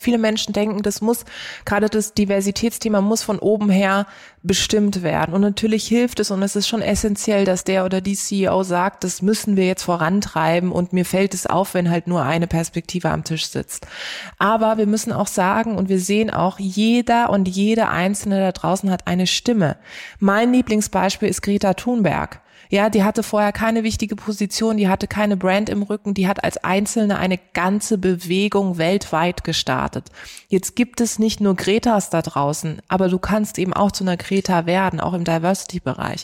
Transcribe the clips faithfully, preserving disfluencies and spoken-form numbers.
viele Menschen denken, das muss, gerade das Diversitätsthema muss von oben her bestimmt werden. Und natürlich hilft es und es ist schon essentiell, dass der oder die C E O sagt, das müssen wir jetzt vorantreiben und mir fällt es auf, wenn halt nur eine Perspektive am Tisch sitzt. Aber wir müssen auch sagen und wir sehen auch, jeder und jede Einzelne da draußen hat eine Stimme. Mein Lieblingsbeispiel ist Greta Thunberg. Ja, die hatte vorher keine wichtige Position, die hatte keine Brand im Rücken, die hat als Einzelne eine ganze Bewegung weltweit gestartet. Jetzt gibt es nicht nur Gretas da draußen, aber du kannst eben auch zu einer Greta werden, auch im Diversity-Bereich.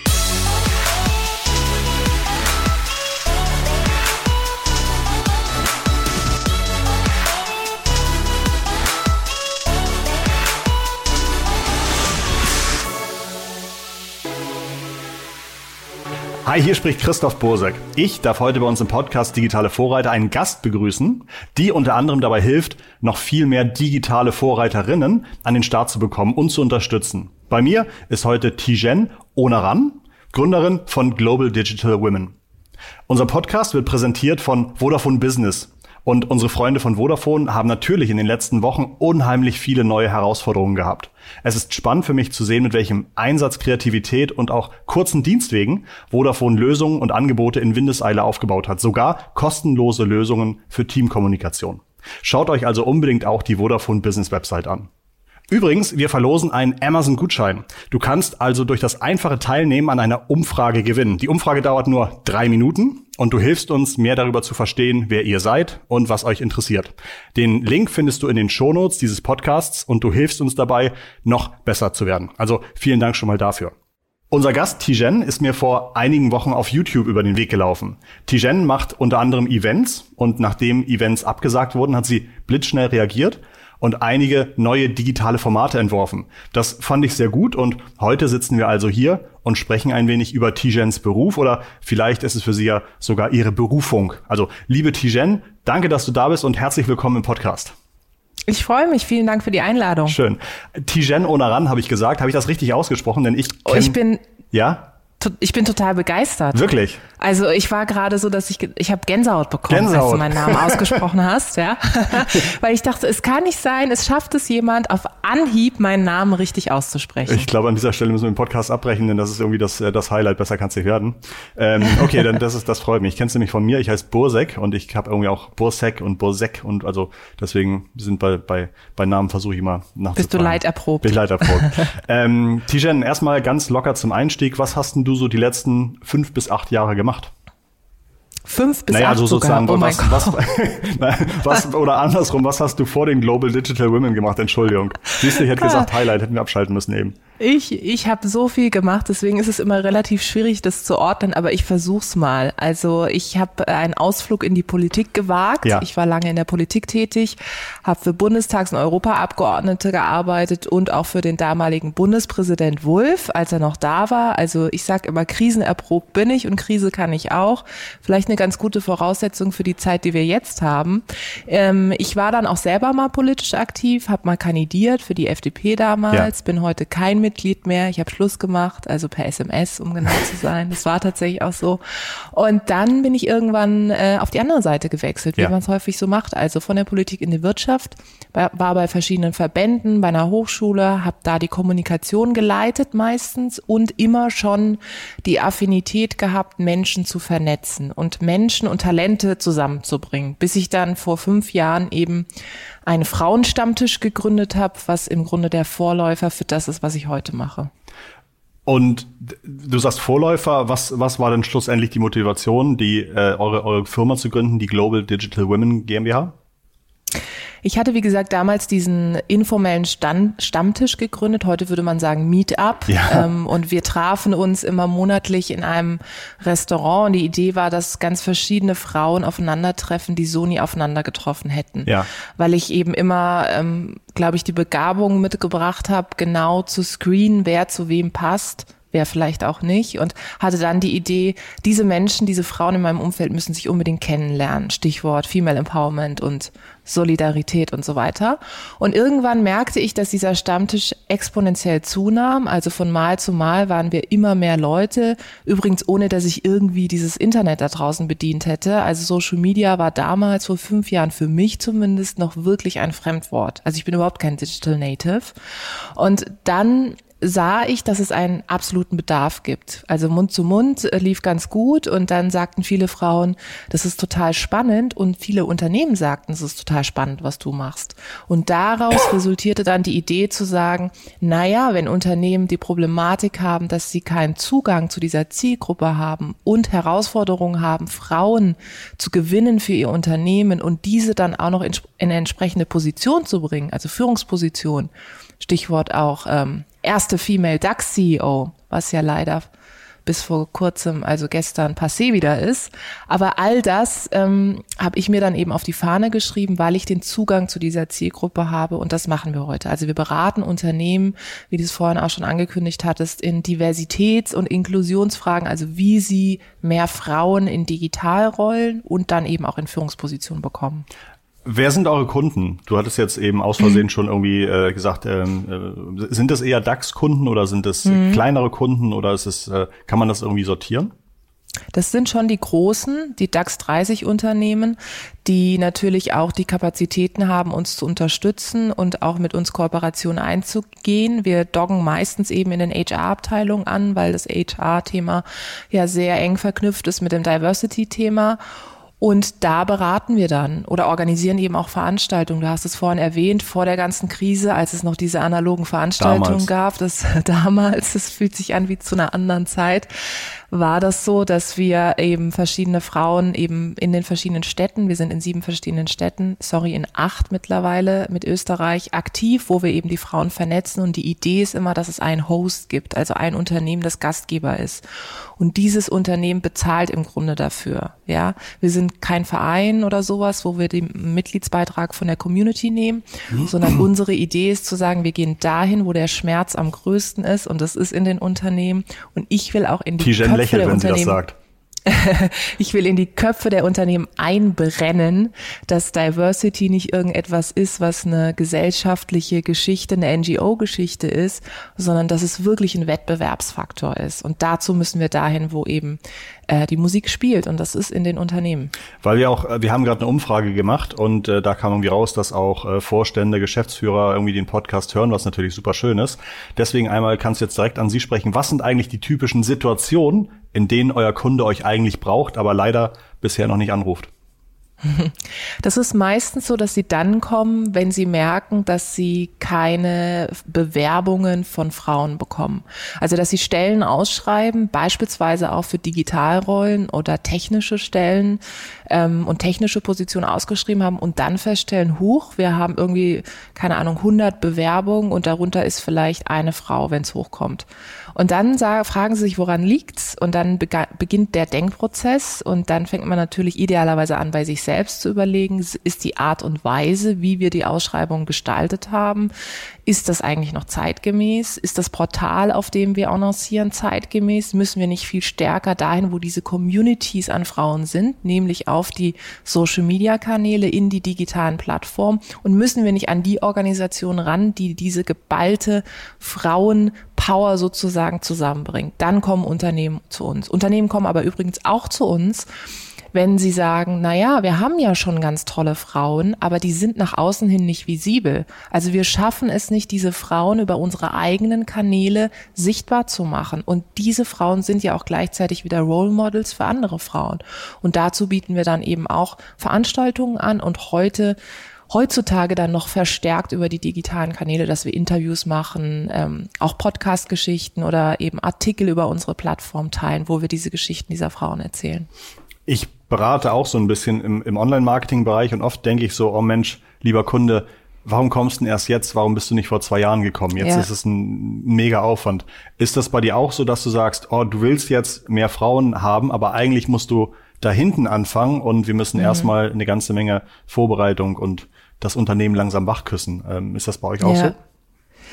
Hi, hier spricht Christoph Bursek. Ich darf heute bei uns im Podcast Digitale Vorreiter einen Gast begrüßen, die unter anderem dabei hilft, noch viel mehr digitale Vorreiterinnen an den Start zu bekommen und zu unterstützen. Bei mir ist heute Tijen Onaran, Gründerin von Global Digital Women. Unser Podcast wird präsentiert von Vodafone Business. Und unsere Freunde von Vodafone haben natürlich in den letzten Wochen unheimlich viele neue Herausforderungen gehabt. Es ist spannend für mich zu sehen, mit welchem Einsatz, Kreativität und auch kurzen Dienstwegen Vodafone Lösungen und Angebote in Windeseile aufgebaut hat. Sogar kostenlose Lösungen für Teamkommunikation. Schaut euch also unbedingt auch die Vodafone Business Website an. Übrigens, wir verlosen einen Amazon-Gutschein. Du kannst also durch das einfache Teilnehmen an einer Umfrage gewinnen. Die Umfrage dauert nur drei Minuten und du hilfst uns, mehr darüber zu verstehen, wer ihr seid und was euch interessiert. Den Link findest du in den Shownotes dieses Podcasts und du hilfst uns dabei, noch besser zu werden. Also vielen Dank schon mal dafür. Unser Gast Tijen ist mir vor einigen Wochen auf YouTube über den Weg gelaufen. Tijen macht unter anderem Events und nachdem Events abgesagt wurden, hat sie blitzschnell reagiert und einige neue digitale Formate entworfen. Das fand ich sehr gut und heute sitzen wir also hier und sprechen ein wenig über Tijens Beruf oder vielleicht ist es für sie ja sogar ihre Berufung. Also liebe Tijen, danke, dass du da bist und herzlich willkommen im Podcast. Ich freue mich, vielen Dank für die Einladung. Schön. Tijen Onaran habe ich gesagt, habe ich das richtig ausgesprochen? Denn ich kenn, oh, ich bin ja? Ich bin total begeistert. Wirklich? Also ich war gerade so, dass ich, ich habe Gänsehaut bekommen, Gänsehaut. als du meinen Namen ausgesprochen hast, ja. Weil ich dachte, es kann nicht sein, es schafft es jemand auf Anhieb, meinen Namen richtig auszusprechen. Ich glaube, an dieser Stelle müssen wir den Podcast abbrechen, denn das ist irgendwie das, das Highlight, besser kann es nicht werden. Ähm, okay, dann das ist, das freut mich. Ich kenn's nämlich von mir, ich heiße Bursek und ich habe irgendwie auch Bursek und Bursek und also deswegen sind bei, bei, bei Namen versuche ich immer nachzufragen. Bist du leiterprobt? Bin ich leiterprobt. ähm, Tijen, erstmal ganz locker zum Einstieg, was hast denn du so die letzten fünf bis acht Jahre gemacht? Fünf bis naja, acht also sozusagen, sogar. Oh was, was, was, was, oder andersrum, was hast du vor den Global Digital Women gemacht? Entschuldigung. Siehst du, ich hätte gesagt, Highlight, hätten wir abschalten müssen eben. Ich, ich habe so viel gemacht, deswegen ist es immer relativ schwierig, das zu ordnen, aber ich versuch's mal. Also ich habe einen Ausflug in die Politik gewagt. Ja. Ich war lange in der Politik tätig, habe für Bundestags- und Europaabgeordnete gearbeitet und auch für den damaligen Bundespräsident Wulff, als er noch da war. Also ich sag immer, krisenerprobt bin ich und Krise kann ich auch. Vielleicht eine ganz gute Voraussetzung für die Zeit, die wir jetzt haben. Ähm, ich war dann auch selber mal politisch aktiv, habe mal kandidiert für die F D P damals, ja. Bin heute kein Mitglied mehr. Ich habe Schluss gemacht, also per S M S, um genau zu sein. Das war tatsächlich auch so. Und dann bin ich irgendwann äh, auf die andere Seite gewechselt, wie ja. man es häufig so macht. Also von der Politik in die Wirtschaft, war bei verschiedenen Verbänden, bei einer Hochschule, habe da die Kommunikation geleitet meistens und immer schon die Affinität gehabt, Menschen zu vernetzen und Menschen und Talente zusammenzubringen, bis ich dann vor fünf Jahren eben einen Frauenstammtisch gegründet habe, was im Grunde der Vorläufer für das ist, was ich heute mache. Und du sagst Vorläufer, was was war denn schlussendlich die Motivation, die äh, eure eure Firma zu gründen, die Global Digital Women GmbH? Ich hatte, wie gesagt, damals diesen informellen Stand, Stammtisch gegründet. Heute würde man sagen Meetup. Ja. Ähm, und wir trafen uns immer monatlich in einem Restaurant. Und die Idee war, dass ganz verschiedene Frauen aufeinandertreffen, die so nie aufeinander getroffen hätten. Ja. Weil ich eben immer, ähm, glaube ich, die Begabung mitgebracht habe, genau zu screenen, wer zu wem passt. Wer vielleicht auch nicht und hatte dann die Idee, diese Menschen, diese Frauen in meinem Umfeld müssen sich unbedingt kennenlernen. Stichwort Female Empowerment und Solidarität und so weiter. Und irgendwann merkte ich, dass dieser Stammtisch exponentiell zunahm. Also von Mal zu Mal waren wir immer mehr Leute. Übrigens ohne, dass ich irgendwie dieses Internet da draußen bedient hätte. Also Social Media war damals vor fünf Jahren für mich zumindest noch wirklich ein Fremdwort. Also ich bin überhaupt kein Digital Native. Und dann sah ich, dass es einen absoluten Bedarf gibt. Also Mund zu Mund lief ganz gut und dann sagten viele Frauen, das ist total spannend und viele Unternehmen sagten, es ist total spannend, was du machst. Und daraus resultierte dann die Idee zu sagen, naja, wenn Unternehmen die Problematik haben, dass sie keinen Zugang zu dieser Zielgruppe haben und Herausforderungen haben, Frauen zu gewinnen für ihr Unternehmen und diese dann auch noch in eine entsprechende Position zu bringen, also Führungsposition, Stichwort auch ähm, erste Female DAX C E O, was ja leider bis vor kurzem, also gestern, passé wieder ist. Aber all das ähm, habe ich mir dann eben auf die Fahne geschrieben, weil ich den Zugang zu dieser Zielgruppe habe und das machen wir heute. Also wir beraten Unternehmen, wie du es vorhin auch schon angekündigt hattest, in Diversitäts- und Inklusionsfragen, also wie sie mehr Frauen in Digitalrollen und dann eben auch in Führungspositionen bekommen. Wer sind eure Kunden? Du hattest jetzt eben aus Versehen schon irgendwie äh, gesagt, ähm, äh, sind das eher DAX-Kunden oder sind das mhm. kleinere Kunden oder ist es, äh, kann man das irgendwie sortieren? Das sind schon die großen, die DAX dreißig Unternehmen, die natürlich auch die Kapazitäten haben, uns zu unterstützen und auch mit uns Kooperationen einzugehen. Wir doggen meistens eben in den H R-Abteilungen an, weil das H R-Thema ja sehr eng verknüpft ist mit dem Diversity-Thema. Und da beraten wir dann oder organisieren eben auch Veranstaltungen. Du hast es vorhin erwähnt, vor der ganzen Krise, als es noch diese analogen Veranstaltungen damals. gab, das damals, das fühlt sich an wie zu einer anderen Zeit, war das so, dass wir eben verschiedene Frauen eben in den verschiedenen Städten, wir sind in sieben verschiedenen Städten, sorry, in acht mittlerweile mit Österreich aktiv, wo wir eben die Frauen vernetzen und die Idee ist immer, dass es einen Host gibt, also ein Unternehmen, das Gastgeber ist. Und dieses Unternehmen bezahlt im Grunde dafür, ja. Wir sind kein Verein oder sowas, wo wir den Mitgliedsbeitrag von der Community nehmen, sondern unsere Idee ist zu sagen, wir gehen dahin, wo der Schmerz am größten ist und das ist in den Unternehmen und ich will auch in die Köpfe lächelt, der wenn Unternehmen. Sie das sagt. Ich will in die Köpfe der Unternehmen einbrennen, dass Diversity nicht irgendetwas ist, was eine gesellschaftliche Geschichte, eine N G O-Geschichte ist, sondern dass es wirklich ein Wettbewerbsfaktor ist. Und dazu müssen wir dahin, wo eben äh, die Musik spielt. Und das ist in den Unternehmen. Weil wir auch, wir haben gerade eine Umfrage gemacht und äh, da kam irgendwie raus, dass auch äh, Vorstände, Geschäftsführer irgendwie den Podcast hören, was natürlich super schön ist. Deswegen einmal kannst du jetzt direkt an Sie sprechen. Was sind eigentlich die typischen Situationen, in denen euer Kunde euch eigentlich braucht, aber leider bisher noch nicht anruft? Das ist meistens so, dass sie dann kommen, wenn sie merken, dass sie keine Bewerbungen von Frauen bekommen. Also, dass sie Stellen ausschreiben, beispielsweise auch für Digitalrollen oder technische Stellen ähm, und technische Positionen ausgeschrieben haben und dann feststellen, huch, wir haben irgendwie, keine Ahnung, hundert Bewerbungen und darunter ist vielleicht eine Frau, wenn es hochkommt. Und dann sagen, fragen sie sich, woran liegt's? Und dann bega- beginnt der Denkprozess und dann fängt man natürlich idealerweise an, bei sich selbst zu überlegen, ist die Art und Weise, wie wir die Ausschreibung gestaltet haben, ist das eigentlich noch zeitgemäß? Ist das Portal, auf dem wir annoncieren, zeitgemäß? Müssen wir nicht viel stärker dahin, wo diese Communities an Frauen sind, nämlich auf die Social-Media-Kanäle, in die digitalen Plattformen? Und müssen wir nicht an die Organisationen ran, die diese geballte Frauenpower sozusagen zusammenbringt? Dann kommen Unternehmen zu uns. Unternehmen kommen aber übrigens auch zu uns, wenn sie sagen, na ja, wir haben ja schon ganz tolle Frauen, aber die sind nach außen hin nicht visibel. Also wir schaffen es nicht, diese Frauen über unsere eigenen Kanäle sichtbar zu machen. Und diese Frauen sind ja auch gleichzeitig wieder Role Models für andere Frauen. Und dazu bieten wir dann eben auch Veranstaltungen an und heute Heutzutage dann noch verstärkt über die digitalen Kanäle, dass wir Interviews machen, ähm, auch Podcast-Geschichten oder eben Artikel über unsere Plattform teilen, wo wir diese Geschichten dieser Frauen erzählen. Ich berate auch so ein bisschen im, im Online-Marketing-Bereich und oft denke ich so, oh Mensch, lieber Kunde, warum kommst du denn erst jetzt? Warum bist du nicht vor zwei Jahren gekommen? Jetzt ja. ist es ein mega Aufwand. Ist das bei dir auch so, dass du sagst, oh, du willst jetzt mehr Frauen haben, aber eigentlich musst du da hinten anfangen und wir müssen mhm. erstmal eine ganze Menge Vorbereitung und das Unternehmen langsam wachküssen. Ähm, ist das bei euch auch ja. so?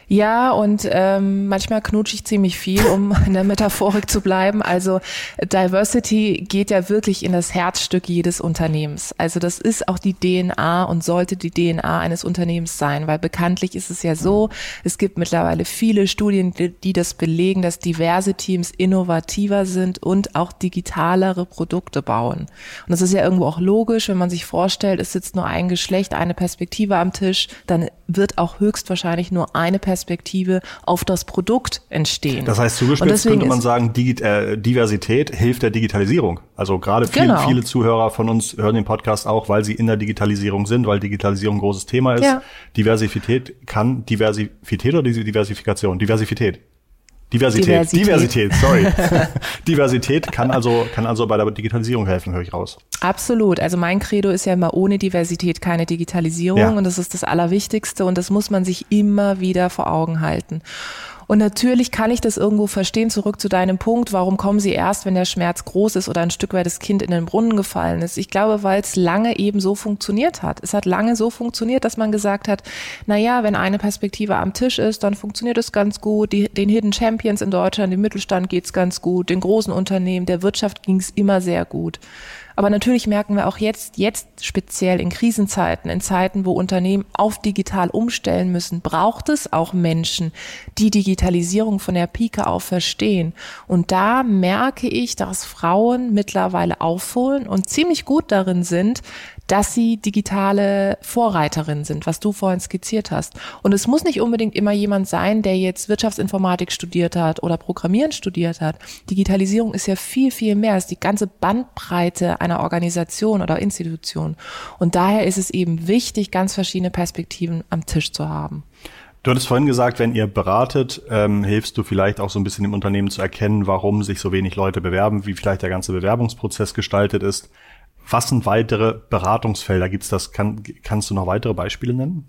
Ja, und ähm, manchmal knutsche ich ziemlich viel, um in der Metaphorik zu bleiben. Also Diversity geht ja wirklich in das Herzstück jedes Unternehmens. Also das ist auch die D N A und sollte die D N A eines Unternehmens sein, weil bekanntlich ist es ja so, es gibt mittlerweile viele Studien, die, die das belegen, dass diverse Teams innovativer sind und auch digitalere Produkte bauen. Und das ist ja irgendwo auch logisch, wenn man sich vorstellt, es sitzt nur ein Geschlecht, eine Perspektive am Tisch, dann wird auch höchstwahrscheinlich nur eine Perspektive auf das Produkt entstehen. Das heißt, zugespitzt könnte man sagen, Digi- äh, Diversität hilft der Digitalisierung. Also gerade viele, genau. viele Zuhörer von uns hören den Podcast auch, weil sie in der Digitalisierung sind, weil Digitalisierung ein großes Thema ist. Ja. Diversität kann, Diversität oder Diversifikation? Diversität. Diversität, Diversität, Diversität, sorry. Diversität kann also, kann also bei der Digitalisierung helfen, höre ich raus. Absolut. Also mein Credo ist ja immer, ohne Diversität keine Digitalisierung. Ja. Und das ist das Allerwichtigste und das muss man sich immer wieder vor Augen halten. Und natürlich kann ich das irgendwo verstehen, zurück zu deinem Punkt, warum kommen sie erst, wenn der Schmerz groß ist oder ein Stück weit das Kind in den Brunnen gefallen ist. Ich glaube, weil es lange eben so funktioniert hat. Es hat lange so funktioniert, dass man gesagt hat, na ja, wenn eine Perspektive am Tisch ist, dann funktioniert es ganz gut. Die, den Hidden Champions in Deutschland, dem Mittelstand geht's ganz gut, den großen Unternehmen, der Wirtschaft ging's immer sehr gut. Aber natürlich merken wir auch jetzt, jetzt speziell in Krisenzeiten, in Zeiten, wo Unternehmen auf digital umstellen müssen, braucht es auch Menschen, die Digitalisierung von der Pike auf verstehen. Und da merke ich, dass Frauen mittlerweile aufholen und ziemlich gut darin sind, dass sie digitale Vorreiterinnen sind, was du vorhin skizziert hast. Und es muss nicht unbedingt immer jemand sein, der jetzt Wirtschaftsinformatik studiert hat oder Programmieren studiert hat. Digitalisierung ist ja viel, viel mehr. Es ist die ganze Bandbreite einer Organisation oder Institution. Und daher ist es eben wichtig, ganz verschiedene Perspektiven am Tisch zu haben. Du hattest vorhin gesagt, wenn ihr beratet, ähm, hilfst du vielleicht auch so ein bisschen im Unternehmen zu erkennen, warum sich so wenig Leute bewerben, wie vielleicht der ganze Bewerbungsprozess gestaltet ist. Was sind weitere Beratungsfelder? Gibt's das? Kann, kannst du noch weitere Beispiele nennen?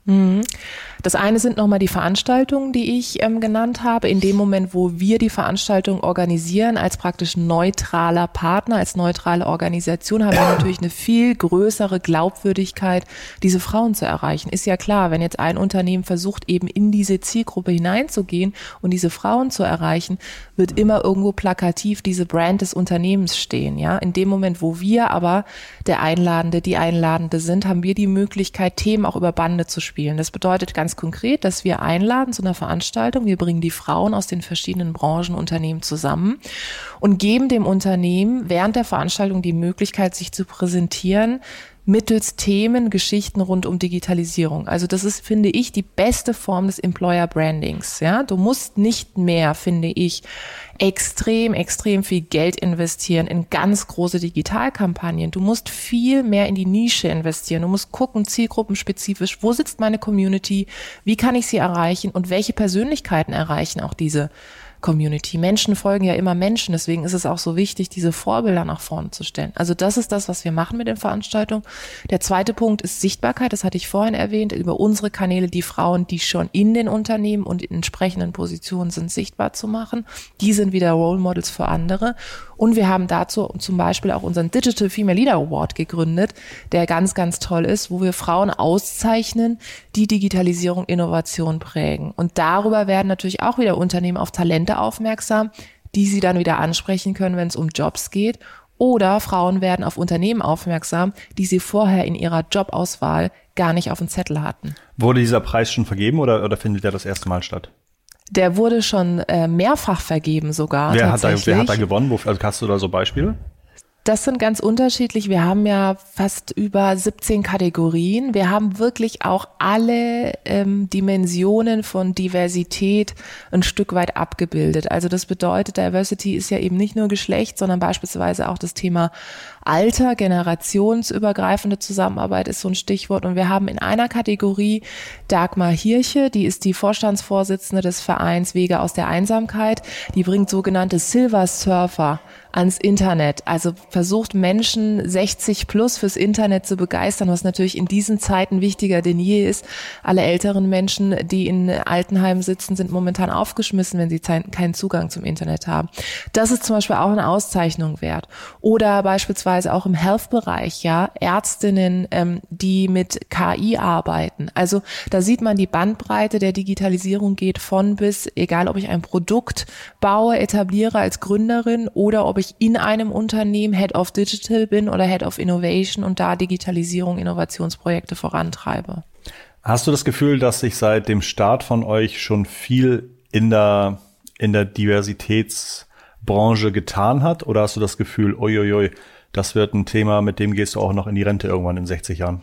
Das eine sind nochmal die Veranstaltungen, die ich ähm, genannt habe. In dem Moment, wo wir die Veranstaltung organisieren, als praktisch neutraler Partner, als neutrale Organisation, haben wir natürlich eine viel größere Glaubwürdigkeit, diese Frauen zu erreichen. Ist ja klar, wenn jetzt ein Unternehmen versucht, eben in diese Zielgruppe hineinzugehen und diese Frauen zu erreichen, wird immer irgendwo plakativ diese Brand des Unternehmens stehen. Ja, in dem Moment, wo wir aber der Einladende, die Einladende sind, haben wir die Möglichkeit, Themen auch über Bande zu spielen. Das bedeutet ganz konkret, dass wir einladen zu einer Veranstaltung. Wir bringen die Frauen aus den verschiedenen Branchenunternehmen zusammen und geben dem Unternehmen während der Veranstaltung die Möglichkeit, sich zu präsentieren mittels Themen, Geschichten rund um Digitalisierung. Also das ist, finde ich, die beste Form des Employer Brandings. Ja, du musst nicht mehr, finde ich, extrem, extrem viel Geld investieren in ganz große Digitalkampagnen. Du musst viel mehr in die Nische investieren. Du musst gucken, zielgruppenspezifisch, wo sitzt meine Community, wie kann ich sie erreichen und welche Persönlichkeiten erreichen auch diese Community. Menschen folgen ja immer Menschen, deswegen ist es auch so wichtig, diese Vorbilder nach vorne zu stellen. Also das ist das, was wir machen mit den Veranstaltungen. Der zweite Punkt ist Sichtbarkeit, das hatte ich vorhin erwähnt, über unsere Kanäle die Frauen, die schon in den Unternehmen und in entsprechenden Positionen sind, sichtbar zu machen. Die sind wieder Role Models für andere. Und wir haben dazu zum Beispiel auch unseren Digital Female Leader Award gegründet, der ganz, ganz toll ist, wo wir Frauen auszeichnen, die Digitalisierung, Innovation prägen. Und darüber werden natürlich auch wieder Unternehmen auf Talente aufmerksam, die sie dann wieder ansprechen können, wenn es um Jobs geht. Oder Frauen werden auf Unternehmen aufmerksam, die sie vorher in ihrer Jobauswahl gar nicht auf dem Zettel hatten. Wurde dieser Preis schon vergeben oder, oder findet der das erste Mal statt? Der wurde schon äh, mehrfach vergeben sogar. Wer hat da, wer hat da gewonnen? Wo, also hast du da so Beispiele? Das sind ganz unterschiedlich. Wir haben ja fast über siebzehn Kategorien. Wir haben wirklich auch alle ähm, Dimensionen von Diversität ein Stück weit abgebildet. Also das bedeutet, Diversity ist ja eben nicht nur Geschlecht, sondern beispielsweise auch das Thema Alter, generationsübergreifende Zusammenarbeit ist so ein Stichwort. Und wir haben in einer Kategorie Dagmar Hirche, die ist die Vorstandsvorsitzende des Vereins Wege aus der Einsamkeit. Die bringt sogenannte Silver Surfer ans Internet. Also versucht Menschen sechzig plus fürs Internet zu begeistern, was natürlich in diesen Zeiten wichtiger denn je ist. Alle älteren Menschen, die in Altenheimen sitzen, sind momentan aufgeschmissen, wenn sie keinen Zugang zum Internet haben. Das ist zum Beispiel auch eine Auszeichnung wert. Oder beispielsweise auch im Health-Bereich, ja, Ärztinnen, ähm, die mit K I arbeiten. Also da sieht man, die Bandbreite der Digitalisierung geht von bis, egal ob ich ein Produkt baue, etabliere als Gründerin oder ob ich in einem Unternehmen Head of Digital bin oder Head of Innovation und da Digitalisierung, Innovationsprojekte vorantreibe. Hast du das Gefühl, dass sich seit dem Start von euch schon viel in der, in der Diversitätsbranche getan hat? Oder hast du das Gefühl, uiuiui, das wird ein Thema, mit dem gehst du auch noch in die Rente irgendwann in sechzig Jahren?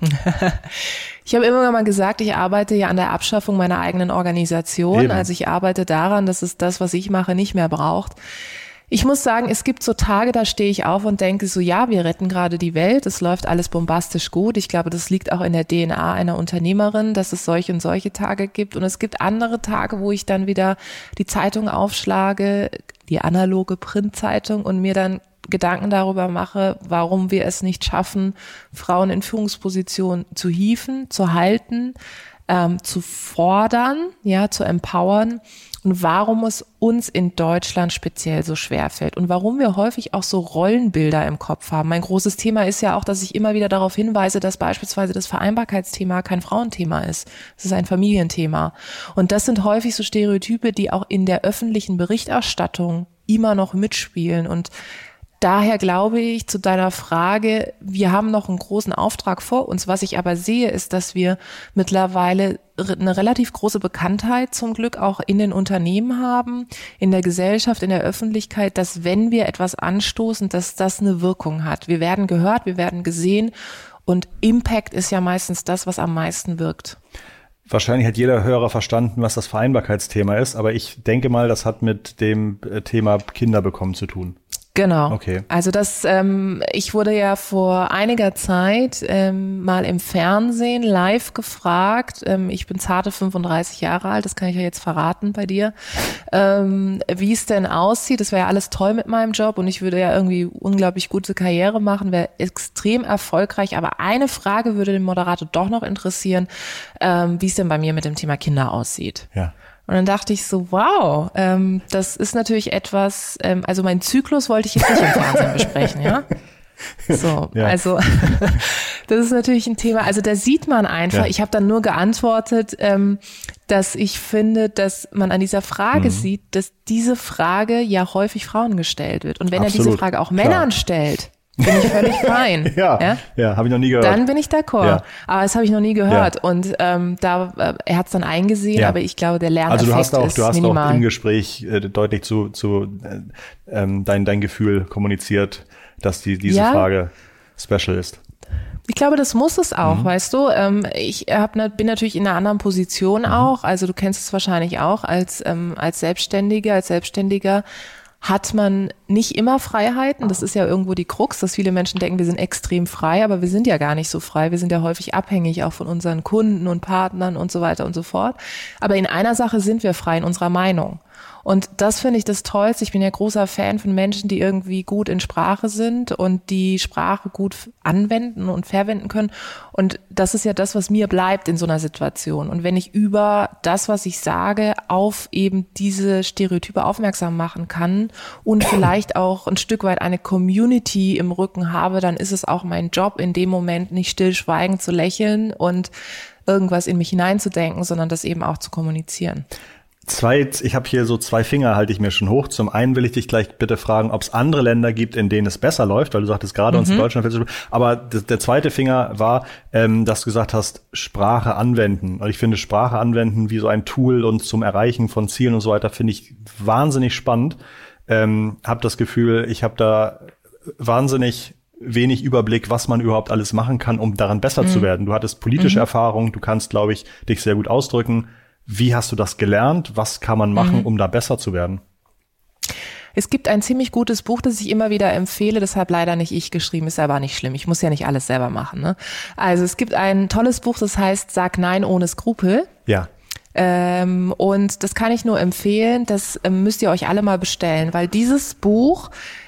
Ich habe immer mal gesagt, ich arbeite ja an der Abschaffung meiner eigenen Organisation. Eben. Also ich arbeite daran, dass es das, was ich mache, nicht mehr braucht. Ich muss sagen, es gibt so Tage, da stehe ich auf und denke so, ja, wir retten gerade die Welt, es läuft alles bombastisch gut. Ich glaube, das liegt auch in der D N A einer Unternehmerin, dass es solche und solche Tage gibt. Und es gibt andere Tage, wo ich dann wieder die Zeitung aufschlage, die analoge Printzeitung und mir dann Gedanken darüber mache, warum wir es nicht schaffen, Frauen in Führungspositionen zu hieven, zu halten, ähm, zu fordern, ja, zu empowern. Und warum es uns in Deutschland speziell so schwer fällt und warum wir häufig auch so Rollenbilder im Kopf haben. Mein großes Thema ist ja auch, dass ich immer wieder darauf hinweise, dass beispielsweise das Vereinbarkeitsthema kein Frauenthema ist. Es ist ein Familienthema. Und das sind häufig so Stereotype, die auch in der öffentlichen Berichterstattung immer noch mitspielen. Und daher glaube ich zu deiner Frage, wir haben noch einen großen Auftrag vor uns. Was ich aber sehe, ist, dass wir mittlerweile eine relativ große Bekanntheit zum Glück auch in den Unternehmen haben, in der Gesellschaft, in der Öffentlichkeit, dass wenn wir etwas anstoßen, dass das eine Wirkung hat. Wir werden gehört, wir werden gesehen und Impact ist ja meistens das, was am meisten wirkt. Wahrscheinlich hat jeder Hörer verstanden, was das Vereinbarkeitsthema ist, aber ich denke mal, das hat mit dem Thema Kinder bekommen zu tun. Genau. Okay. Also das, ähm, ich wurde ja vor einiger Zeit ähm, mal im Fernsehen live gefragt. Ähm, ich bin zarte fünfunddreißig Jahre alt, das kann ich ja jetzt verraten bei dir, ähm, wie es denn aussieht. Das wäre ja alles toll mit meinem Job und ich würde ja irgendwie unglaublich gute Karriere machen, wäre extrem erfolgreich. Aber eine Frage würde den Moderator doch noch interessieren, ähm, wie es denn bei mir mit dem Thema Kinder aussieht. Ja. Und dann dachte ich so, wow, ähm, das ist natürlich etwas, ähm, also mein Zyklus wollte ich jetzt nicht im Fernsehen besprechen, ja. So, ja. Also das ist natürlich ein Thema, also da sieht man einfach, ja. Ich habe dann nur geantwortet, ähm, dass ich finde, dass man an dieser Frage mhm. sieht, dass diese Frage ja häufig Frauen gestellt wird. Und wenn Absolut. Er diese Frage auch Männern Klar. stellt, bin ich völlig fein. ja, ja, ja habe ich noch nie gehört. Dann bin ich d'accord. Ja. Aber das habe ich noch nie gehört. Ja. Und ähm, da äh, er hat es dann eingesehen, ja. aber ich glaube, der Lerneffekt ist minimal. Also du hast auch, du hast minimal. auch im Gespräch äh, deutlich zu, zu äh, ähm, dein, dein Gefühl kommuniziert, dass die diese ja. Frage special ist. Ich glaube, das muss es auch, mhm. weißt du. Ähm, ich hab, bin natürlich in einer anderen Position mhm. auch. Also du kennst es wahrscheinlich auch als ähm, als Selbstständige, als Selbstständiger. Hat man nicht immer Freiheiten. Das ist ja irgendwo die Krux, dass viele Menschen denken, wir sind extrem frei, aber wir sind ja gar nicht so frei. Wir sind ja häufig abhängig auch von unseren Kunden und Partnern und so weiter und so fort. Aber in einer Sache sind wir frei, in unserer Meinung. Und das finde ich das Tollste. Ich bin ja großer Fan von Menschen, die irgendwie gut in Sprache sind und die Sprache gut anwenden und verwenden können. Und das ist ja das, was mir bleibt in so einer Situation. Und wenn ich über das, was ich sage, auf eben diese Stereotype aufmerksam machen kann und vielleicht auch ein Stück weit eine Community im Rücken habe, dann ist es auch mein Job, in dem Moment nicht stillschweigend zu lächeln und irgendwas in mich hineinzudenken, sondern das eben auch zu kommunizieren. Zwei, ich habe hier so zwei Finger, halte ich mir schon hoch. Zum einen will ich dich gleich bitte fragen, ob es andere Länder gibt, in denen es besser läuft, weil du sagtest gerade mhm. uns in Deutschland fällt es schwer. Aber d- der zweite Finger war, ähm, dass du gesagt hast, Sprache anwenden. Und ich finde Sprache anwenden wie so ein Tool und zum Erreichen von Zielen und so weiter finde ich wahnsinnig spannend. Ähm, habe das Gefühl, ich habe da wahnsinnig wenig Überblick, was man überhaupt alles machen kann, um daran besser mhm. zu werden. Du hattest politische mhm. Erfahrung, du kannst, glaube ich, dich sehr gut ausdrücken. Wie hast du das gelernt? Was kann man machen, mhm. um da besser zu werden? Es gibt ein ziemlich gutes Buch, das ich immer wieder empfehle, deshalb leider nicht ich geschrieben, ist aber nicht schlimm. Ich muss ja nicht alles selber machen, ne? Also es gibt ein tolles Buch, das heißt Sag Nein ohne Skrupel. Ja. Ähm, und das kann ich nur empfehlen, das ähm, müsst ihr euch alle mal bestellen, weil dieses Buch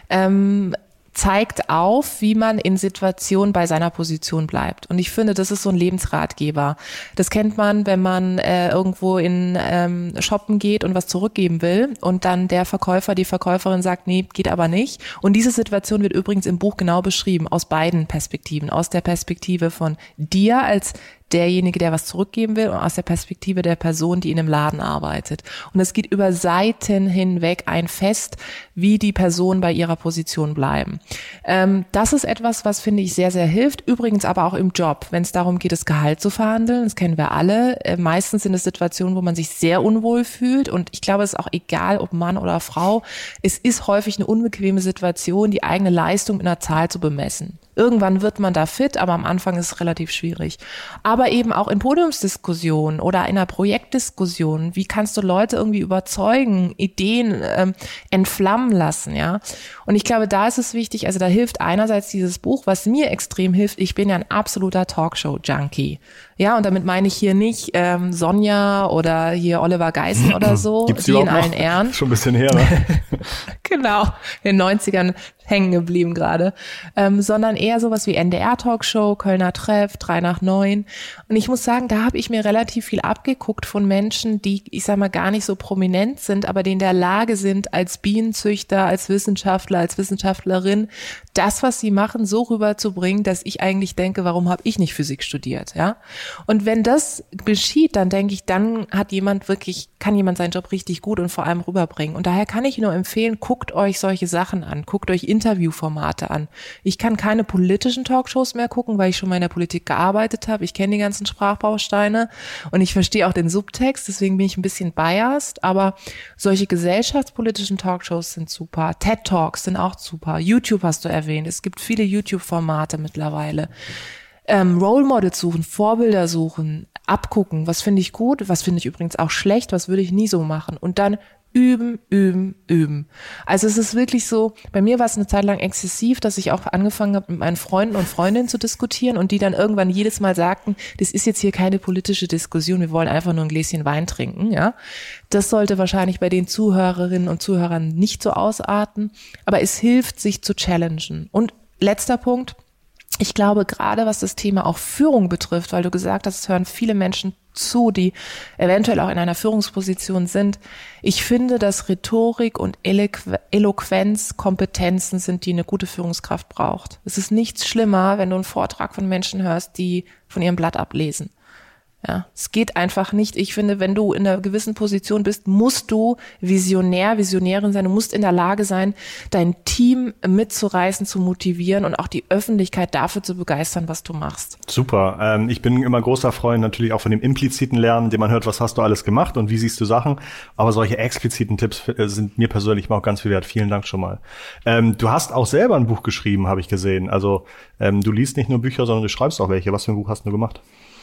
ähm, zeigt auf, wie man in Situationen bei seiner Position bleibt. Und ich finde, das ist so ein Lebensratgeber. Das kennt man, wenn man äh, irgendwo in ähm, shoppen geht und was zurückgeben will und dann der Verkäufer, die Verkäuferin sagt, nee, geht aber nicht. Und diese Situation wird übrigens im Buch genau beschrieben, aus beiden Perspektiven. Aus der Perspektive von dir als derjenige, der was zurückgeben will, und aus der Perspektive der Person, die in einem Laden arbeitet. Und es geht über Seiten hinweg ein Fest, wie die Personen bei ihrer Position bleiben. Ähm, das ist etwas, was, finde ich, sehr, sehr hilft. Übrigens aber auch im Job, wenn es darum geht, das Gehalt zu verhandeln. Das kennen wir alle. Äh, meistens sind es Situationen, wo man sich sehr unwohl fühlt. Und ich glaube, es ist auch egal, ob Mann oder Frau. Es ist häufig eine unbequeme Situation, die eigene Leistung in einer Zahl zu bemessen. Irgendwann wird man da fit, aber am Anfang ist es relativ schwierig. Aber eben auch in Podiumsdiskussionen oder in einer Projektdiskussion. Wie kannst du Leute irgendwie überzeugen, Ideen ähm, entflammen lassen, ja? Und ich glaube, da ist es wichtig, also da hilft einerseits dieses Buch, was mir extrem hilft. Ich bin ja ein absoluter Talkshow-Junkie. Ja, und damit meine ich hier nicht ähm, Sonja oder hier Oliver Geißen oder so. Gibt's die in allen noch? Ehren. Schon ein bisschen her, ne? Genau, in den neunzigern hängen geblieben gerade, ähm, sondern eher sowas wie N D R-Talkshow, Kölner Treff, drei nach neun. Und ich muss sagen, da habe ich mir relativ viel abgeguckt von Menschen, die, ich sag mal, gar nicht so prominent sind, aber die in der Lage sind, als Bienenzüchter, als Wissenschaftler, als Wissenschaftlerin, das, was sie machen, so rüberzubringen, dass ich eigentlich denke, warum habe ich nicht Physik studiert, ja? Und wenn das geschieht, dann denke ich, dann hat jemand wirklich, kann jemand seinen Job richtig gut und vor allem rüberbringen. Und daher kann ich nur empfehlen, guckt euch solche Sachen an, guckt euch Interviewformate an. Ich kann keine politischen Talkshows mehr gucken, weil ich schon mal in der Politik gearbeitet habe. Ich kenne die ganzen Sprachbausteine und ich verstehe auch den Subtext, deswegen bin ich ein bisschen biased, aber solche gesellschaftspolitischen Talkshows sind super. TED Talks sind auch super. YouTube hast du erwähnt. Es gibt viele YouTube-Formate mittlerweile. Ähm, Role Models suchen, Vorbilder suchen, abgucken, was finde ich gut, was finde ich übrigens auch schlecht, was würde ich nie so machen und dann üben, üben, üben. Also es ist wirklich so, bei mir war es eine Zeit lang exzessiv, dass ich auch angefangen habe, mit meinen Freunden und Freundinnen zu diskutieren und die dann irgendwann jedes Mal sagten, das ist jetzt hier keine politische Diskussion, wir wollen einfach nur ein Gläschen Wein trinken, ja. Das sollte wahrscheinlich bei den Zuhörerinnen und Zuhörern nicht so ausarten, aber es hilft, sich zu challengen. Und letzter Punkt, ich glaube, gerade was das Thema auch Führung betrifft, weil du gesagt hast, es hören viele Menschen zu, die eventuell auch in einer Führungsposition sind. Ich finde, dass Rhetorik und Eloqu- Eloquenz Kompetenzen sind, die eine gute Führungskraft braucht. Es ist nichts schlimmer, wenn du einen Vortrag von Menschen hörst, die von ihrem Blatt ablesen. Ja, es geht einfach nicht. Ich finde, wenn du in einer gewissen Position bist, musst du Visionär, Visionärin sein. Du musst in der Lage sein, dein Team mitzureißen, zu motivieren und auch die Öffentlichkeit dafür zu begeistern, was du machst. Super. Ähm, ich bin immer großer Freund natürlich auch von dem impliziten Lernen, dem man hört, was hast du alles gemacht und wie siehst du Sachen. Aber solche expliziten Tipps sind mir persönlich auch ganz viel wert. Vielen Dank schon mal. Ähm, du hast auch selber ein Buch geschrieben, habe ich gesehen. Also ähm, du liest nicht nur Bücher, sondern du schreibst auch welche. Was für ein Buch hast du gemacht?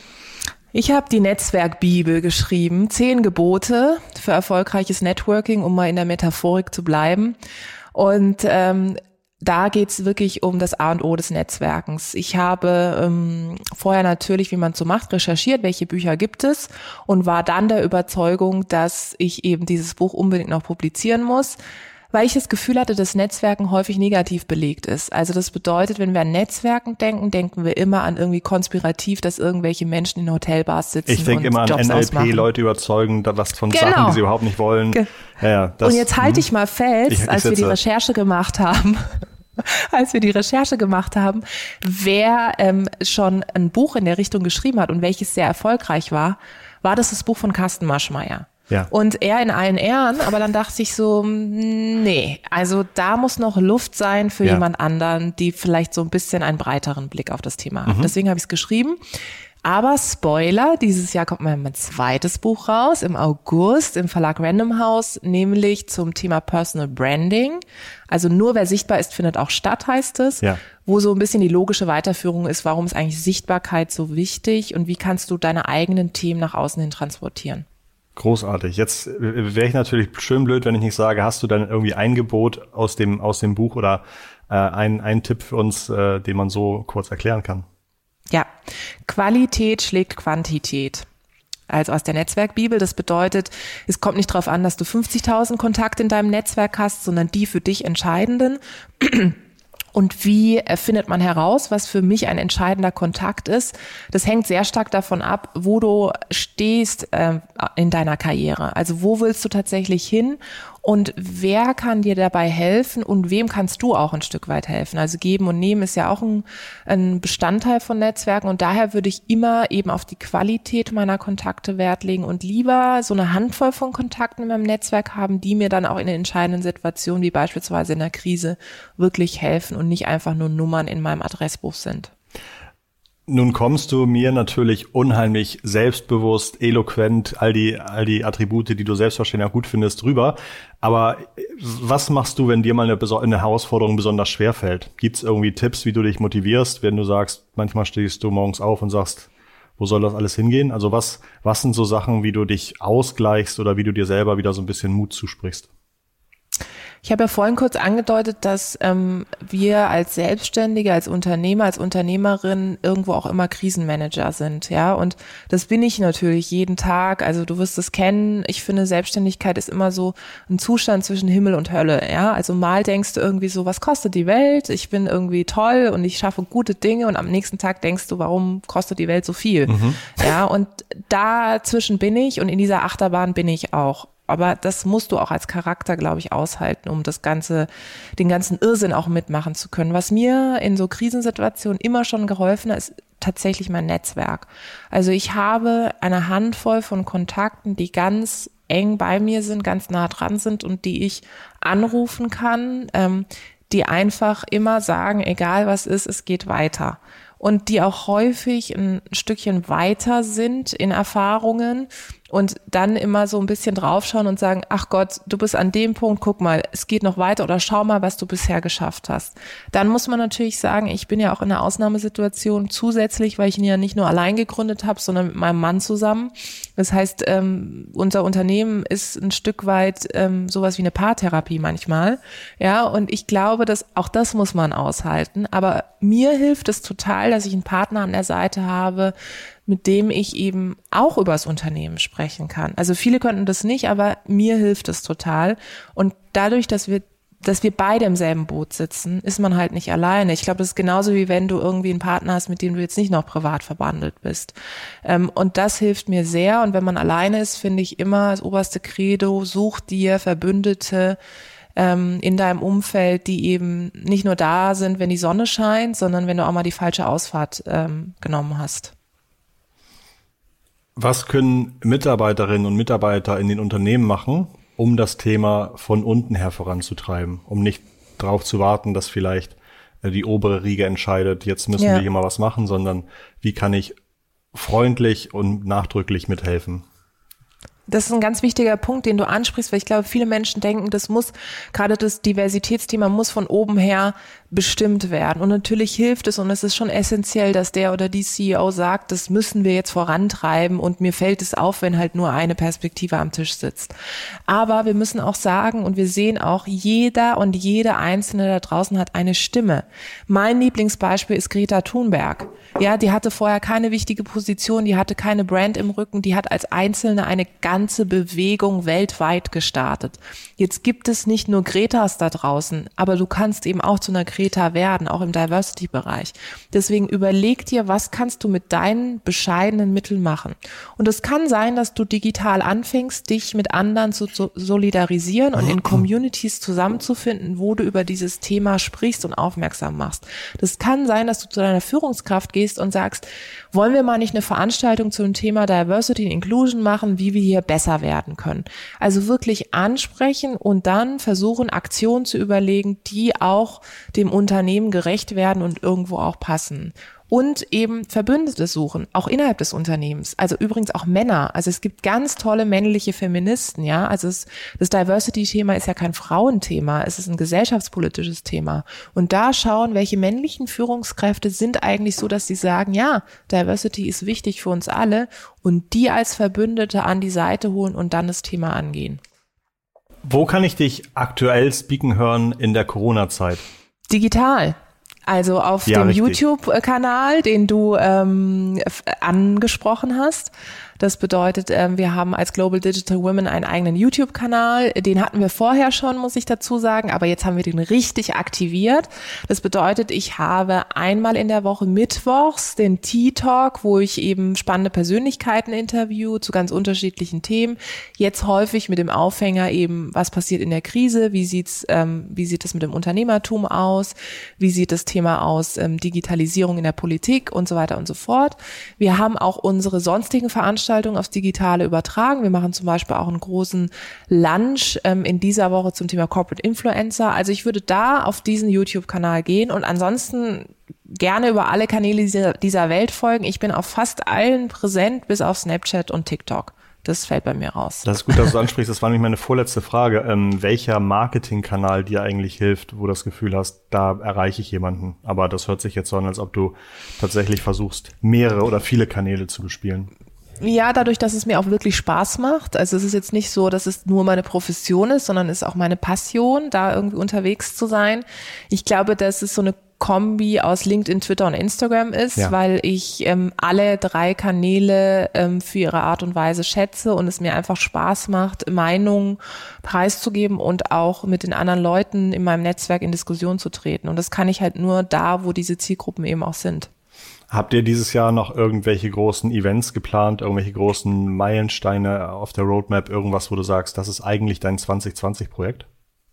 Ich habe die Netzwerkbibel geschrieben, zehn Gebote für erfolgreiches Networking, um mal in der Metaphorik zu bleiben. Und ähm, da geht's wirklich um das A und O des Netzwerkens. Ich habe ähm, vorher natürlich, wie man so macht, recherchiert, welche Bücher gibt es und war dann der Überzeugung, dass ich eben dieses Buch unbedingt noch publizieren muss, weil ich das Gefühl hatte, dass Netzwerken häufig negativ belegt ist. Also das bedeutet, wenn wir an Netzwerken denken, denken wir immer an irgendwie konspirativ, dass irgendwelche Menschen in Hotelbars sitzen. Ich denke immer an Jobs N L P, ausmachen. Leute überzeugen, was von Genau. Sachen, die sie überhaupt nicht wollen. Ge- ja, ja, das, Und jetzt halte ich mal fest, ich, ich als wir die sitze. Recherche gemacht haben, als wir die Recherche gemacht haben, wer ähm, schon ein Buch in der Richtung geschrieben hat und welches sehr erfolgreich war, war das das Buch von Carsten Maschmeyer. Ja. Und er in allen Ehren, aber dann dachte ich so, nee, also da muss noch Luft sein für Ja. jemand anderen, die vielleicht so ein bisschen einen breiteren Blick auf das Thema hat. Mhm. Deswegen habe ich es geschrieben. Aber Spoiler, dieses Jahr kommt mein zweites Buch raus, im August im Verlag Random House, nämlich zum Thema Personal Branding. Also nur wer sichtbar ist, findet auch statt, heißt es. Ja. Wo so ein bisschen die logische Weiterführung ist, warum ist eigentlich Sichtbarkeit so wichtig und wie kannst du deine eigenen Themen nach außen hin transportieren. Großartig. Jetzt wäre ich natürlich schön blöd, wenn ich nicht sage, hast du dann irgendwie ein Gebot aus dem aus dem Buch oder äh, ein ein Tipp für uns, äh, den man so kurz erklären kann? Ja, Qualität schlägt Quantität. also aus der Netzwerkbibel. Das bedeutet, es kommt nicht darauf an, dass du fünfzigtausend Kontakte in deinem Netzwerk hast, sondern die für dich entscheidenden. Und wie findet man heraus, was für mich ein entscheidender Kontakt ist? Das hängt sehr stark davon ab, wo du stehst äh, in deiner Karriere. Also wo willst du tatsächlich hin und wer kann dir dabei helfen und wem kannst du auch ein Stück weit helfen? Also geben und nehmen ist ja auch ein, ein Bestandteil von Netzwerken und daher würde ich immer eben auf die Qualität meiner Kontakte Wert legen und lieber so eine Handvoll von Kontakten in meinem Netzwerk haben, die mir dann auch in den entscheidenden Situationen, wie beispielsweise in der Krise, wirklich helfen und nicht einfach nur Nummern in meinem Adressbuch sind. Nun kommst du mir natürlich unheimlich selbstbewusst, eloquent, all die all die Attribute, die du selbstverständlich auch gut findest, rüber. Aber was machst du, wenn dir mal eine, eine Herausforderung besonders schwer fällt? Gibt es irgendwie Tipps, wie du dich motivierst, wenn du sagst, manchmal stehst du morgens auf und sagst, wo soll das alles hingehen? Also was was sind so Sachen, wie du dich ausgleichst oder wie du dir selber wieder so ein bisschen Mut zusprichst? Ich habe ja vorhin kurz angedeutet, dass ähm, wir als Selbstständige, als Unternehmer, als Unternehmerin irgendwo auch immer Krisenmanager sind, ja. Und das bin ich natürlich jeden Tag. Also du wirst es kennen. Ich finde, Selbstständigkeit ist immer so ein Zustand zwischen Himmel und Hölle, ja. Also mal denkst du irgendwie so, was kostet die Welt? Ich bin irgendwie toll und ich schaffe gute Dinge. Und am nächsten Tag denkst du, warum kostet die Welt so viel? Mhm. Ja. Und dazwischen bin ich und in dieser Achterbahn bin ich auch. Aber das musst du auch als Charakter, glaube ich, aushalten, um das Ganze, den ganzen Irrsinn auch mitmachen zu können. Was mir in so Krisensituationen immer schon geholfen hat, ist tatsächlich mein Netzwerk. Also ich habe eine Handvoll von Kontakten, die ganz eng bei mir sind, ganz nah dran sind und die ich anrufen kann, ähm, die einfach immer sagen, egal was ist, es geht weiter. Und die auch häufig ein Stückchen weiter sind in Erfahrungen und dann immer so ein bisschen draufschauen und sagen, ach Gott, du bist an dem Punkt, guck mal, es geht noch weiter oder schau mal, was du bisher geschafft hast. Dann muss man natürlich sagen, ich bin ja auch in einer Ausnahmesituation zusätzlich, weil ich ihn ja nicht nur allein gegründet habe, sondern mit meinem Mann zusammen. Das heißt, ähm, unser Unternehmen ist ein Stück weit ähm, sowas wie eine Paartherapie manchmal. Ja, und ich glaube, dass auch das muss man aushalten. Aber mir hilft es total, dass ich einen Partner an der Seite habe, mit dem ich eben auch über das Unternehmen sprechen kann. Also viele könnten das nicht, aber mir hilft es total. Und dadurch, dass wir dass wir beide im selben Boot sitzen, ist man halt nicht alleine. Ich glaube, das ist genauso wie wenn du irgendwie einen Partner hast, mit dem du jetzt nicht noch privat verbandelt bist. Und das hilft mir sehr. Und wenn man alleine ist, finde ich immer das oberste Credo, such dir Verbündete in deinem Umfeld, die eben nicht nur da sind, wenn die Sonne scheint, sondern wenn du auch mal die falsche Ausfahrt ähm, genommen hast. Was können Mitarbeiterinnen und Mitarbeiter in den Unternehmen machen, um das Thema von unten her voranzutreiben, um nicht darauf zu warten, dass vielleicht die obere Riege entscheidet, jetzt müssen ja. wir hier mal was machen, sondern wie kann ich freundlich und nachdrücklich mithelfen? Das ist ein ganz wichtiger Punkt, den du ansprichst, weil ich glaube, viele Menschen denken, das muss, gerade das Diversitätsthema muss von oben her bestimmt werden. Und natürlich hilft es und es ist schon essentiell, dass der oder die C E O sagt, das müssen wir jetzt vorantreiben und mir fällt es auf, wenn halt nur eine Perspektive am Tisch sitzt. Aber wir müssen auch sagen und wir sehen auch, jeder und jede Einzelne da draußen hat eine Stimme. Mein Lieblingsbeispiel ist Greta Thunberg. Ja, die hatte vorher keine wichtige Position, die hatte keine Brand im Rücken, die hat als Einzelne eine ganze Bewegung weltweit gestartet. Jetzt gibt es nicht nur Gretas da draußen, aber du kannst eben auch zu einer Greta werden, auch im Diversity-Bereich. Deswegen überleg dir, was kannst du mit deinen bescheidenen Mitteln machen? Und es kann sein, dass du digital anfängst, dich mit anderen zu solidarisieren und in Communities zusammenzufinden, wo du über dieses Thema sprichst und aufmerksam machst. Das kann sein, dass du zu deiner Führungskraft gehst und sagst, wollen wir mal nicht eine Veranstaltung zum Thema Diversity and Inclusion machen, wie wir hier besser werden können. Also wirklich ansprechen und dann versuchen, Aktionen zu überlegen, die auch dem Unternehmen gerecht werden und irgendwo auch passen. Und eben Verbündete suchen, auch innerhalb des Unternehmens. Also übrigens auch Männer. Also es gibt ganz tolle männliche Feministen, ja. Also es, das Diversity-Thema ist ja kein Frauenthema, es ist ein gesellschaftspolitisches Thema. Und da schauen, welche männlichen Führungskräfte sind eigentlich so, dass sie sagen, ja, Diversity ist wichtig für uns alle und die als Verbündete an die Seite holen und dann das Thema angehen. Wo kann ich dich aktuell speaken hören in der Corona-Zeit? Digital. Also auf ja, dem richtig. YouTube-Kanal, den du ähm, angesprochen hast. Das bedeutet, wir haben als Global Digital Women einen eigenen YouTube-Kanal. Den hatten wir vorher schon, muss ich dazu sagen, aber jetzt haben wir den richtig aktiviert. Das bedeutet, ich habe einmal in der Woche mittwochs den Tea Talk, wo ich eben spannende Persönlichkeiten interview zu ganz unterschiedlichen Themen. Jetzt häufig mit dem Aufhänger eben, was passiert in der Krise, wie sieht's, ähm, wie sieht es mit dem Unternehmertum aus, wie sieht das Thema aus, ähm, Digitalisierung in der Politik und so weiter und so fort. Wir haben auch unsere sonstigen Veranstaltungen aufs Digitale übertragen. Wir machen zum Beispiel auch einen großen Lunch ähm, in dieser Woche zum Thema Corporate Influencer. Also ich würde da auf diesen YouTube-Kanal gehen und ansonsten gerne über alle Kanäle dieser, dieser Welt folgen. Ich bin auf fast allen präsent, bis auf Snapchat und TikTok. Das fällt bei mir raus. Das ist gut, dass du ansprichst. Das war nämlich meine vorletzte Frage. Ähm, welcher Marketingkanal dir eigentlich hilft, wo du das Gefühl hast, da erreiche ich jemanden? Aber das hört sich jetzt so an, als ob du tatsächlich versuchst, mehrere oder viele Kanäle zu bespielen. Ja, dadurch, dass es mir auch wirklich Spaß macht. Also es ist jetzt nicht so, dass es nur meine Profession ist, sondern es ist auch meine Passion, da irgendwie unterwegs zu sein. Ich glaube, dass es so eine Kombi aus LinkedIn, Twitter und Instagram ist, ja. weil ich ähm, alle drei Kanäle ähm, für ihre Art und Weise schätze und es mir einfach Spaß macht, Meinungen preiszugeben und auch mit den anderen Leuten in meinem Netzwerk in Diskussion zu treten. Und das kann ich halt nur da, wo diese Zielgruppen eben auch sind. Habt ihr dieses Jahr noch irgendwelche großen Events geplant, irgendwelche großen Meilensteine auf der Roadmap, irgendwas, wo du sagst, das ist eigentlich dein zwanzig zwanzig Projekt?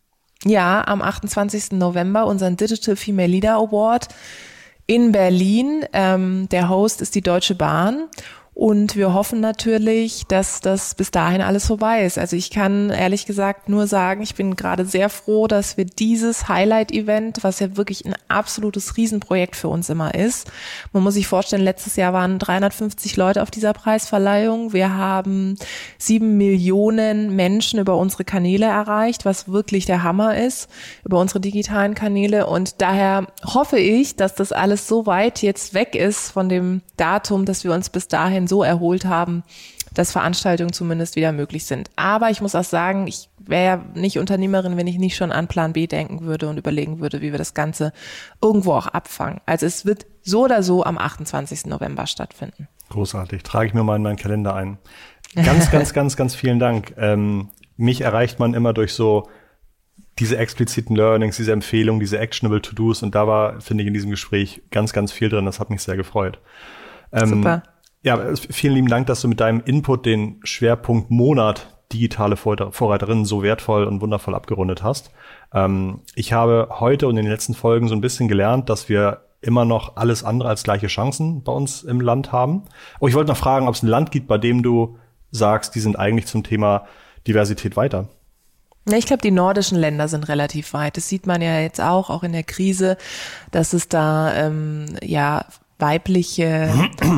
Ja, am achtundzwanzigsten November unseren Digital Female Leader Award in Berlin. Ähm, der Host ist die Deutsche Bahn. Und wir hoffen natürlich, dass das bis dahin alles vorbei ist. Also ich kann ehrlich gesagt nur sagen, ich bin gerade sehr froh, dass wir dieses Highlight-Event, was ja wirklich ein absolutes Riesenprojekt für uns immer ist. Man muss sich vorstellen, letztes Jahr waren dreihundertfünfzig Leute auf dieser Preisverleihung. Wir haben sieben Millionen Menschen über unsere Kanäle erreicht, was wirklich der Hammer ist, über unsere digitalen Kanäle. Und daher hoffe ich, dass das alles so weit jetzt weg ist von dem Datum, dass wir uns bis dahin so erholt haben, dass Veranstaltungen zumindest wieder möglich sind. Aber ich muss auch sagen, ich wäre ja nicht Unternehmerin, wenn ich nicht schon an Plan B denken würde und überlegen würde, wie wir das Ganze irgendwo auch abfangen. Also es wird so oder so am achtundzwanzigsten November stattfinden. Großartig. Trage ich mir mal in meinen Kalender ein. Ganz, ganz, ganz, ganz vielen Dank. Ähm, mich erreicht man immer durch so diese expliziten Learnings, diese Empfehlungen, diese actionable To-Dos. Und da war, finde ich, in diesem Gespräch ganz, ganz viel drin. Das hat mich sehr gefreut. Ähm, Super. Ja, vielen lieben Dank, dass du mit deinem Input den Schwerpunkt Monat digitale Vorreiterinnen so wertvoll und wundervoll abgerundet hast. Ähm, ich habe heute und in den letzten Folgen so ein bisschen gelernt, dass wir immer noch alles andere als gleiche Chancen bei uns im Land haben. Oh, ich wollte noch fragen, ob es ein Land gibt, bei dem du sagst, die sind eigentlich zum Thema Diversität weiter. Ich glaube, die nordischen Länder sind relativ weit. Das sieht man ja jetzt auch, auch in der Krise, dass es da ähm, ja weibliche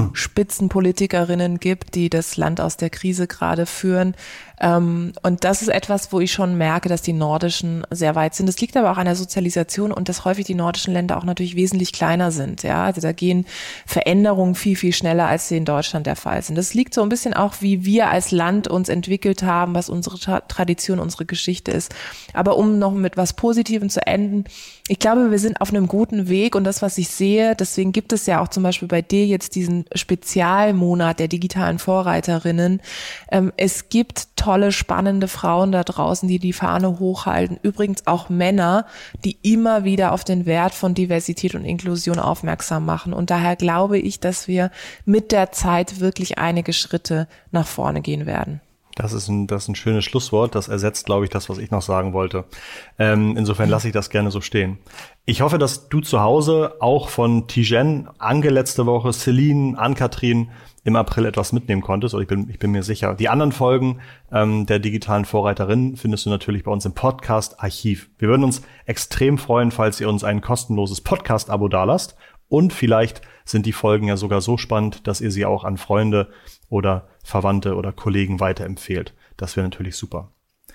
Spitzenpolitikerinnen gibt, die das Land aus der Krise gerade führen. Und das ist etwas, wo ich schon merke, dass die Nordischen sehr weit sind. Das liegt aber auch an der Sozialisation und dass häufig die nordischen Länder auch natürlich wesentlich kleiner sind. Ja, also da gehen Veränderungen viel, viel schneller, als sie in Deutschland der Fall sind. Das liegt so ein bisschen auch, wie wir als Land uns entwickelt haben, was unsere Tra- Tradition, unsere Geschichte ist. Aber um noch mit was Positivem zu enden, ich glaube, wir sind auf einem guten Weg und das, was ich sehe, deswegen gibt es ja auch zum Beispiel bei dir jetzt diesen Spezialmonat der digitalen Vorreiterinnen. Ähm, es gibt tolle, spannende Frauen da draußen, die die Fahne hochhalten. Übrigens auch Männer, die immer wieder auf den Wert von Diversität und Inklusion aufmerksam machen. Und daher glaube ich, dass wir mit der Zeit wirklich einige Schritte nach vorne gehen werden. Das ist ein, das ist ein schönes Schlusswort. Das ersetzt, glaube ich, das, was ich noch sagen wollte. Ähm, insofern lasse ich das gerne so stehen. Ich hoffe, dass du zu Hause auch von Tijen, Anke letzte Woche, Celine, Ann-Kathrin im April etwas mitnehmen konntest. Oder ich bin, ich bin mir sicher. Die anderen Folgen ähm, der digitalen Vorreiterinnen findest du natürlich bei uns im Podcast-Archiv. Wir würden uns extrem freuen, falls ihr uns ein kostenloses Podcast-Abo dalasst. Und vielleicht sind die Folgen ja sogar so spannend, dass ihr sie auch an Freunde oder Verwandte oder Kollegen weiterempfehlt. Das wäre natürlich super.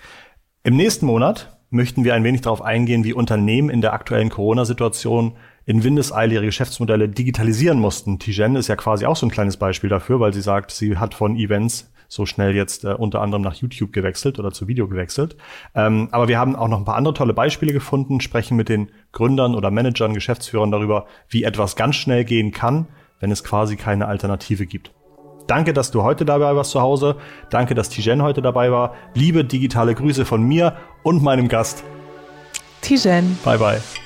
Im nächsten Monat möchten wir ein wenig darauf eingehen, wie Unternehmen in der aktuellen Corona-Situation in Windeseile ihre Geschäftsmodelle digitalisieren mussten. Tijen ist ja quasi auch so ein kleines Beispiel dafür, weil sie sagt, sie hat von Events so schnell jetzt äh, unter anderem nach YouTube gewechselt oder zu Video gewechselt. Ähm, aber wir haben auch noch ein paar andere tolle Beispiele gefunden, sprechen mit den Gründern oder Managern, Geschäftsführern darüber, wie etwas ganz schnell gehen kann, wenn es quasi keine Alternative gibt. Danke, dass du heute dabei warst zu Hause. Danke, dass Tijen heute dabei war. Liebe digitale Grüße von mir und meinem Gast Tijen. Bye, bye.